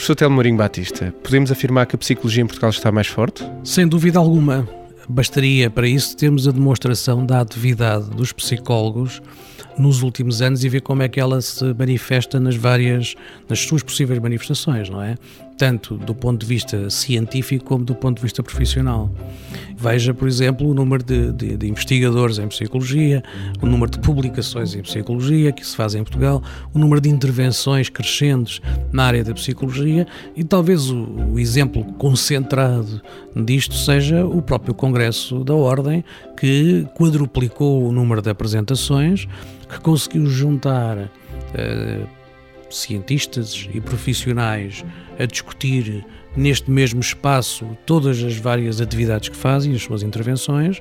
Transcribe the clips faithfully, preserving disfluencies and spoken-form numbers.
professor Telmo Mourinho Batista, podemos afirmar que a psicologia em Portugal está mais forte? Sem dúvida alguma. Bastaria para isso termos a demonstração da atividade dos psicólogos nos últimos anos e ver como é que ela se manifesta nas várias, nas suas possíveis manifestações, não é? Tanto do ponto de vista científico como do ponto de vista profissional. Veja, por exemplo, o número de, de, de investigadores em psicologia, o número de publicações em psicologia que se fazem em Portugal, o número de intervenções crescentes na área da psicologia e talvez o, o exemplo concentrado disto seja o próprio Congresso da Ordem, que quadruplicou o número de apresentações, que conseguiu juntar uh, cientistas e profissionais a discutir neste mesmo espaço todas as várias atividades que fazem, as suas intervenções,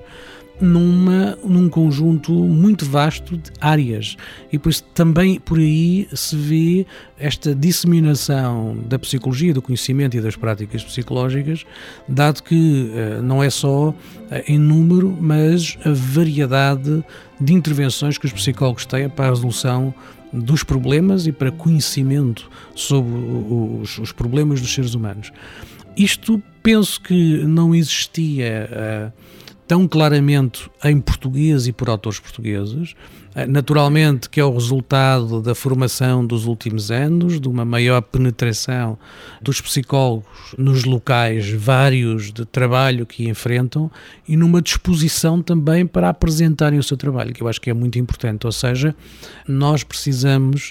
numa, num conjunto muito vasto de áreas. E por isso também por aí se vê esta disseminação da psicologia, do conhecimento e das práticas psicológicas, dado que uh, não é só uh, em número, mas a variedade de intervenções que os psicólogos têm para a resolução dos problemas e para conhecimento sobre os, os problemas dos seres humanos. Isto penso que não existia uh, tão claramente em português e por autores portugueses, naturalmente que é o resultado da formação dos últimos anos, de uma maior penetração dos psicólogos nos locais vários de trabalho que enfrentam e numa disposição também para apresentarem o seu trabalho, que eu acho que é muito importante, ou seja, nós precisamos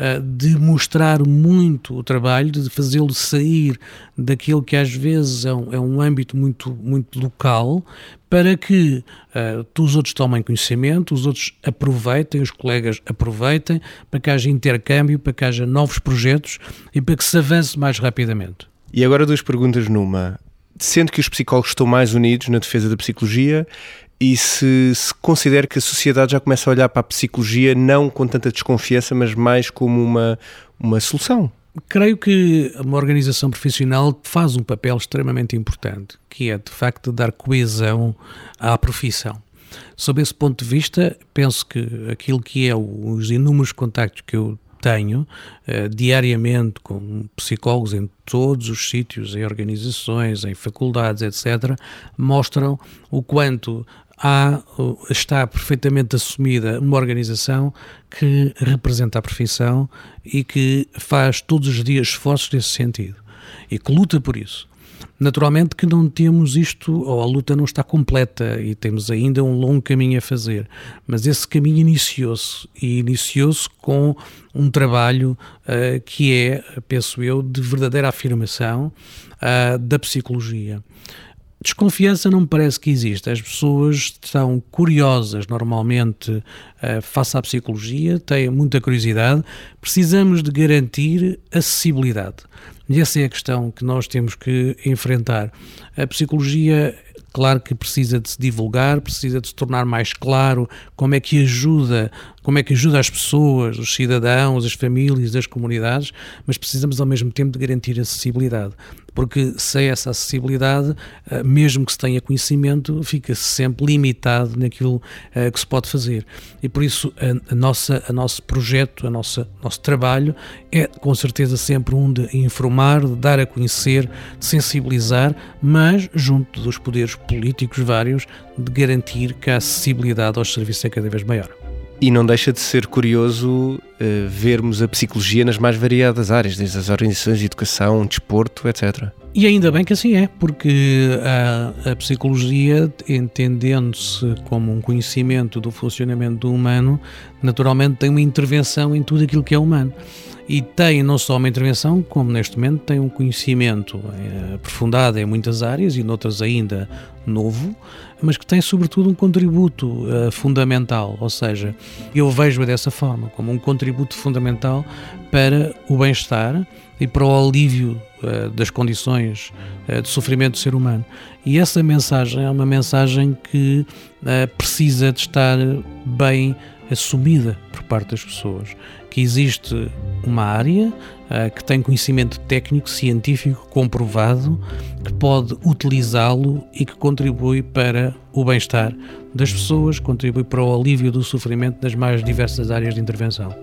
de mostrar muito o trabalho, de fazê-lo sair daquilo que às vezes é um, é um âmbito muito, muito local, para que uh, os outros tomem conhecimento, os outros aproveitem, os colegas aproveitem, para que haja intercâmbio, para que haja novos projetos e para que se avance mais rapidamente. E agora duas perguntas numa. Sendo que os psicólogos estão mais unidos na defesa da psicologia, e se, se considera que a sociedade já começa a olhar para a psicologia não com tanta desconfiança, mas mais como uma, uma solução? Creio que uma organização profissional faz um papel extremamente importante, que é, de facto, dar coesão à profissão. Sob esse ponto de vista, penso que aquilo que é os inúmeros contactos que eu tenho uh, diariamente com psicólogos em todos os sítios, em organizações, em faculdades, etcétera, mostram o quanto há, está perfeitamente assumida uma organização que representa a profissão e que faz todos os dias esforços nesse sentido e que luta por isso. Naturalmente que não temos isto, ou a luta não está completa e temos ainda um longo caminho a fazer, mas esse caminho iniciou-se e iniciou-se com um trabalho uh, que é, penso eu, de verdadeira afirmação uh, da psicologia. Desconfiança não me parece que exista. As pessoas estão curiosas normalmente uh, face à psicologia, têm muita curiosidade. Precisamos de garantir acessibilidade. E essa é a questão que nós temos que enfrentar. A psicologia, claro que precisa de se divulgar, precisa de se tornar mais claro como é que ajuda, como é que ajuda as pessoas, os cidadãos, as famílias, as comunidades, mas precisamos ao mesmo tempo de garantir acessibilidade. Porque sem essa acessibilidade, mesmo que se tenha conhecimento, fica-se sempre limitado naquilo que se pode fazer. E por isso a, a nossa, a nosso projeto, a nossa, nosso trabalho é com certeza sempre um de informar, de dar a conhecer, de sensibilizar, mas junto dos poderes políticos vários, de garantir que a acessibilidade aos serviços é cada vez maior. E não deixa de ser curioso uh, vermos a psicologia nas mais variadas áreas, desde as organizações de educação, desporto, etcétera. E ainda bem que assim é, porque a, a psicologia, entendendo-se como um conhecimento do funcionamento do humano, naturalmente tem uma intervenção em tudo aquilo que é humano. E tem não só uma intervenção, como neste momento tem um conhecimento é, aprofundado em muitas áreas e noutras ainda novo, mas que tem sobretudo um contributo uh, fundamental, ou seja, eu vejo-a dessa forma, como um contributo fundamental para o bem-estar e para o alívio uh, das condições uh, de sofrimento do ser humano. E essa mensagem é uma mensagem que uh, precisa de estar bem assumida por parte das pessoas, que existe uma área uh, que tem conhecimento técnico, científico, comprovado, que pode utilizá-lo e que contribui para o bem-estar das pessoas, contribui para o alívio do sofrimento das mais diversas áreas de intervenção.